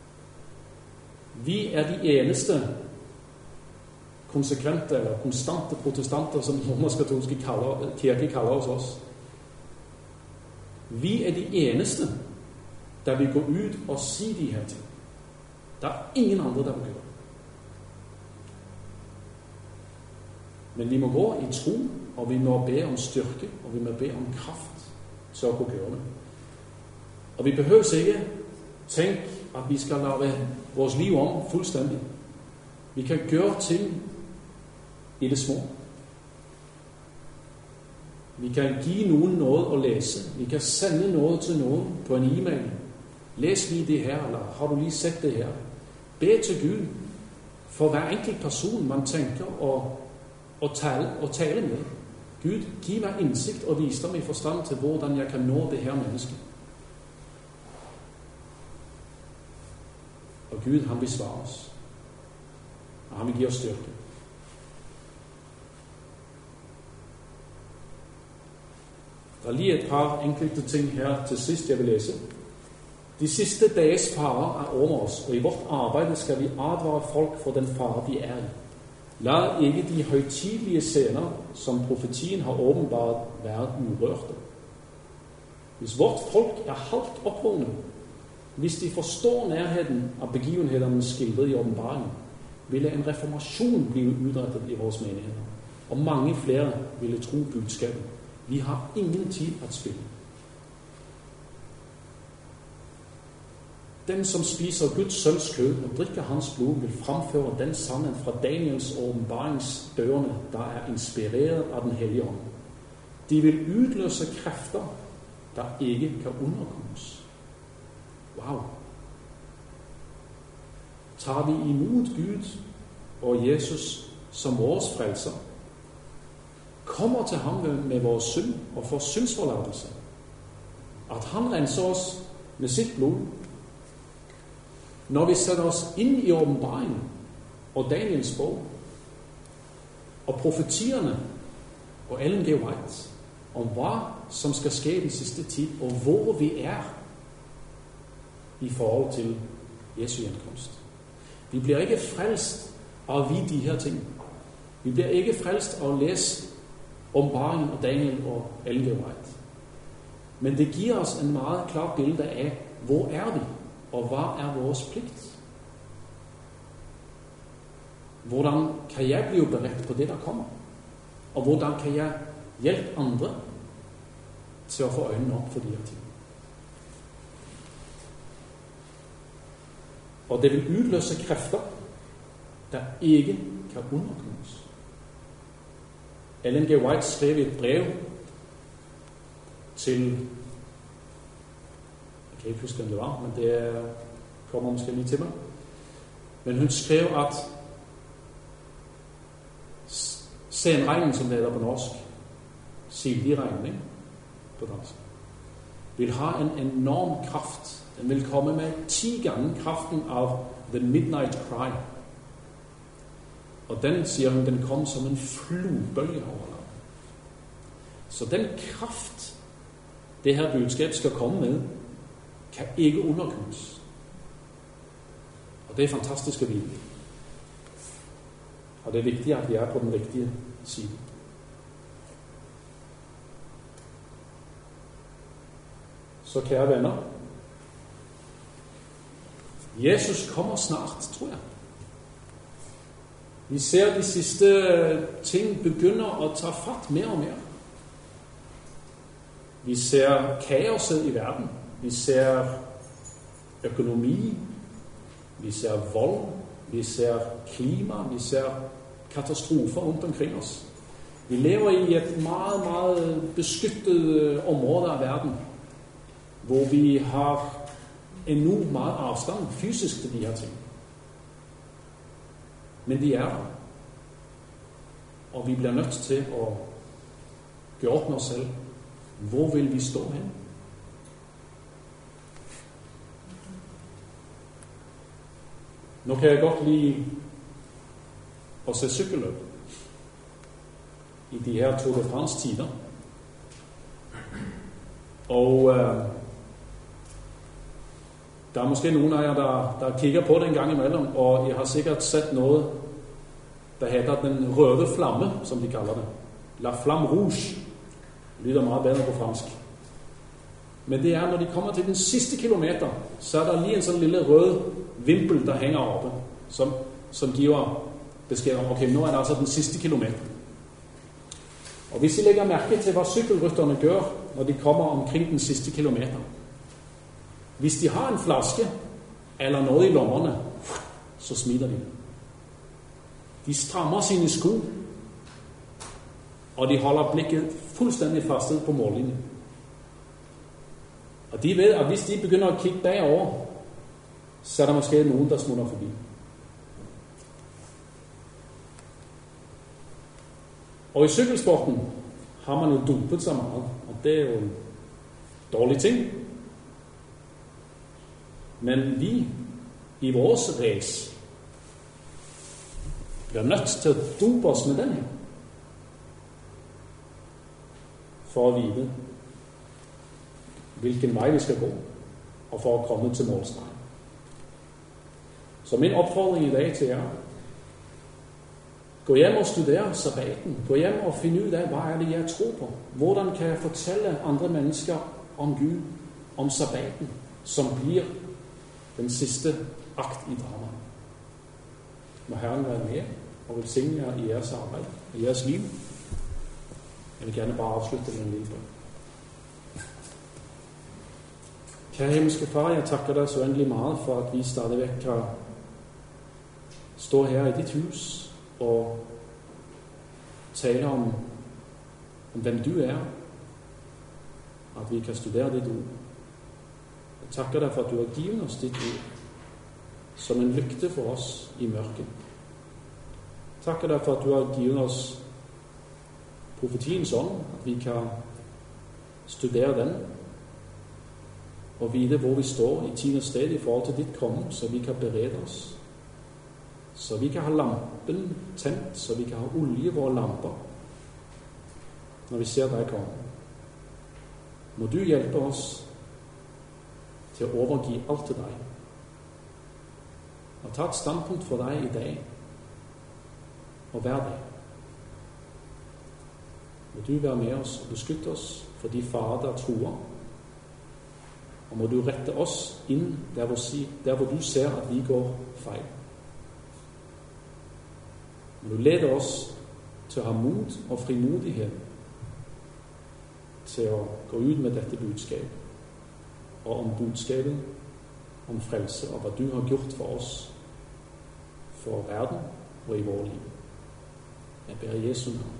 Vi er de eneste konsekvente eller konstante protestanter, som den romersk-katolske kirke kalder os også. Vi er de eneste, der vil gå ud og sige de her ting. Der er ingen andre, der vil gøre. Men vi må gå i tro, og vi må bede om styrke, og vi må bede om kraft til at kunne gøre det. Og vi behøver ikke tænke, at vi skal lave vores liv om fuldstændig. Vi kan gøre ting i det små. Vi kan give nogen noget at læse. Vi kan sende noget til nogen på en e-mail. Læs lige det her, eller har du lige set det her? Bed til Gud for hver enkelt person, man tænker og tale med. Gud, giv mig indsigt og visdom i forstand til, hvordan jeg kan nå det her menneske. Og Gud, han vil svare os. Og han vil give os styrke. Der er lige et par enkelte ting her til sidst, jeg vil læse. De sidste dages farer er over os, og i vort arbejde skal vi advare folk for den fare, de er i. Lad ikke de højtidelige scener, som profetien har åbenbart været urørte. Hvis vort folk er halvt opvågnet, hvis de forstår nærheden af begivenhederne skildret i åbenbaringen, ville en reformation blive udrettet i vores menigheder, og mange flere ville tro budskabet. Vi har ingen tid at spille. Den, som spiser Guds søns kød og drikker hans blod, vil fremføre den sandhed fra Daniels åbenbaringsbøgerne, der er inspireret af den hellige ånd. De vil udløse kræfter, der ikke kan underkommes. Wow. Tager vi imod Gud og Jesus som vores frelser, kommer til ham med vores synd og får syndsforladelse. At han renser os med sit blod. Når vi sætter os ind i åbenbaringen og Daniels bog og profetierne og Ellen G. White om hvad som skal ske i den sidste tid og hvor vi er i forhold til Jesu ankomst. Vi bliver ikke frelst af at vide de her ting. Vi bliver ikke frelst af at læse åbenbaringen og Daniel og Ellen G. White. Men det giver os en meget klar billede af, hvor er vi, og hvad er vores pligt. Hvordan kan jeg blive beredt på det, der kommer? Og hvordan kan jeg hjælpe andre til at få øjnene op for de her ting? Og det vil udløse kræfter, der ikke kan underkommes. Ellen G. White skrev et brev til, jeg kan ikke huske, hvem det var, men det kommer måske lige til mig. Men hun skrev, at senregnen, som det hedder på norsk, silderegning på dansk, vil have en enorm kraft. Den vil komme med 10 gange kraften af The Midnight Cry. Og den, siger hun, den kom som en flodbølge over landet. Så den kraft, det her budskab skal komme med, kan ikke underkommes. Og det er fantastisk at vide. Og det er vigtigt, at vi er på den rigtige side. Så kære venner, Jesus kommer snart, tror jeg. Vi ser de sidste ting begynder at tage fat mere og mere. Vi ser kaoset i verden. Vi ser økonomi. Vi ser vold. Vi ser klima. Vi ser katastrofer rundt omkring os. Vi lever i et meget, meget beskyttet område af verden, hvor vi har endnu meget afstand fysisk til de her ting. Men de er der. Og vi bliver nødt til at gøre op med os selv. Hvor vil vi stå hen? Nu kan jeg godt lide at se cykelløb i de her Tour de France tider. Og der er måske nogle af jer, der kigger på det en gang imellem, og jeg har sikkert set noget, der hedder den røde flamme, som de kalder det. La flamme rouge. Det lyder meget bedre på fransk. Men det er, når de kommer til den sidste kilometer, så er der lige en sådan lille rød vimpel, der hænger oppe, som giver besked om, okay, nu er der altså den sidste kilometer. Og hvis I lægger mærke til, hvad cykelrytterne gør, når de kommer omkring den sidste kilometer. Hvis de har en flaske, eller noget i lommerne, så smider de. De strammer sine sko, og de holder blikket fuldstændig fastet på mållinjen. Og de ved, at hvis de begynder at kigge bagover, så er der måske nogen, der smutter forbi. Og i cykelsporten har man jo dumpet så meget, og det er jo en dårlig ting. Men vi i vores race bliver nødt til at dumpe os med den her, for at vide, hvilken vej vi skal gå, og for at komme til målstregen. Så min opfordring i dag til jer, gå hjem og studere sabbaten. Gå hjem og finde ud af, hvad er det, jeg tror på. Hvordan kan jeg fortælle andre mennesker om Gud, om sabbaten, som bliver den sidste akt i dramaet. Må Herren være med og velsigne jer i jeres arbejde, i jeres liv. Jeg vil gerne bare afslutte med en lille bøn. Kære himmelske Far, jeg takker dig så endelig meget for, at vi stadigvæk kan stå her i dit hus og tale om hvem du er, at vi kan studere dit ord. Jeg takker dig for, at du har givet os dit ord som en lygte for os i mørket. Takker dig for, at du har givet os profetiens ånd, at vi kan studere den, og vide, hvor vi står i tid og sted i forhold til dit komme, så vi kan berede os. Så vi kan ha lampen tændt, så vi kan ha olie i vores lamper, når vi ser dig komme. Må du hjælpe os til at overgive alt til dig, og tage et standpunkt for dig i dag, og være dig. Må du være med os og beskytte os for de farer, der truer, og må du rette os ind der hvor du ser, at vi går fejl. Må du lede os til at have mod og frimodighed til at gå ud med dette budskab, og om budskabet, om frelse, og hvad du har gjort for os, for verden og i vores liv. Jeg beder Jesu navn.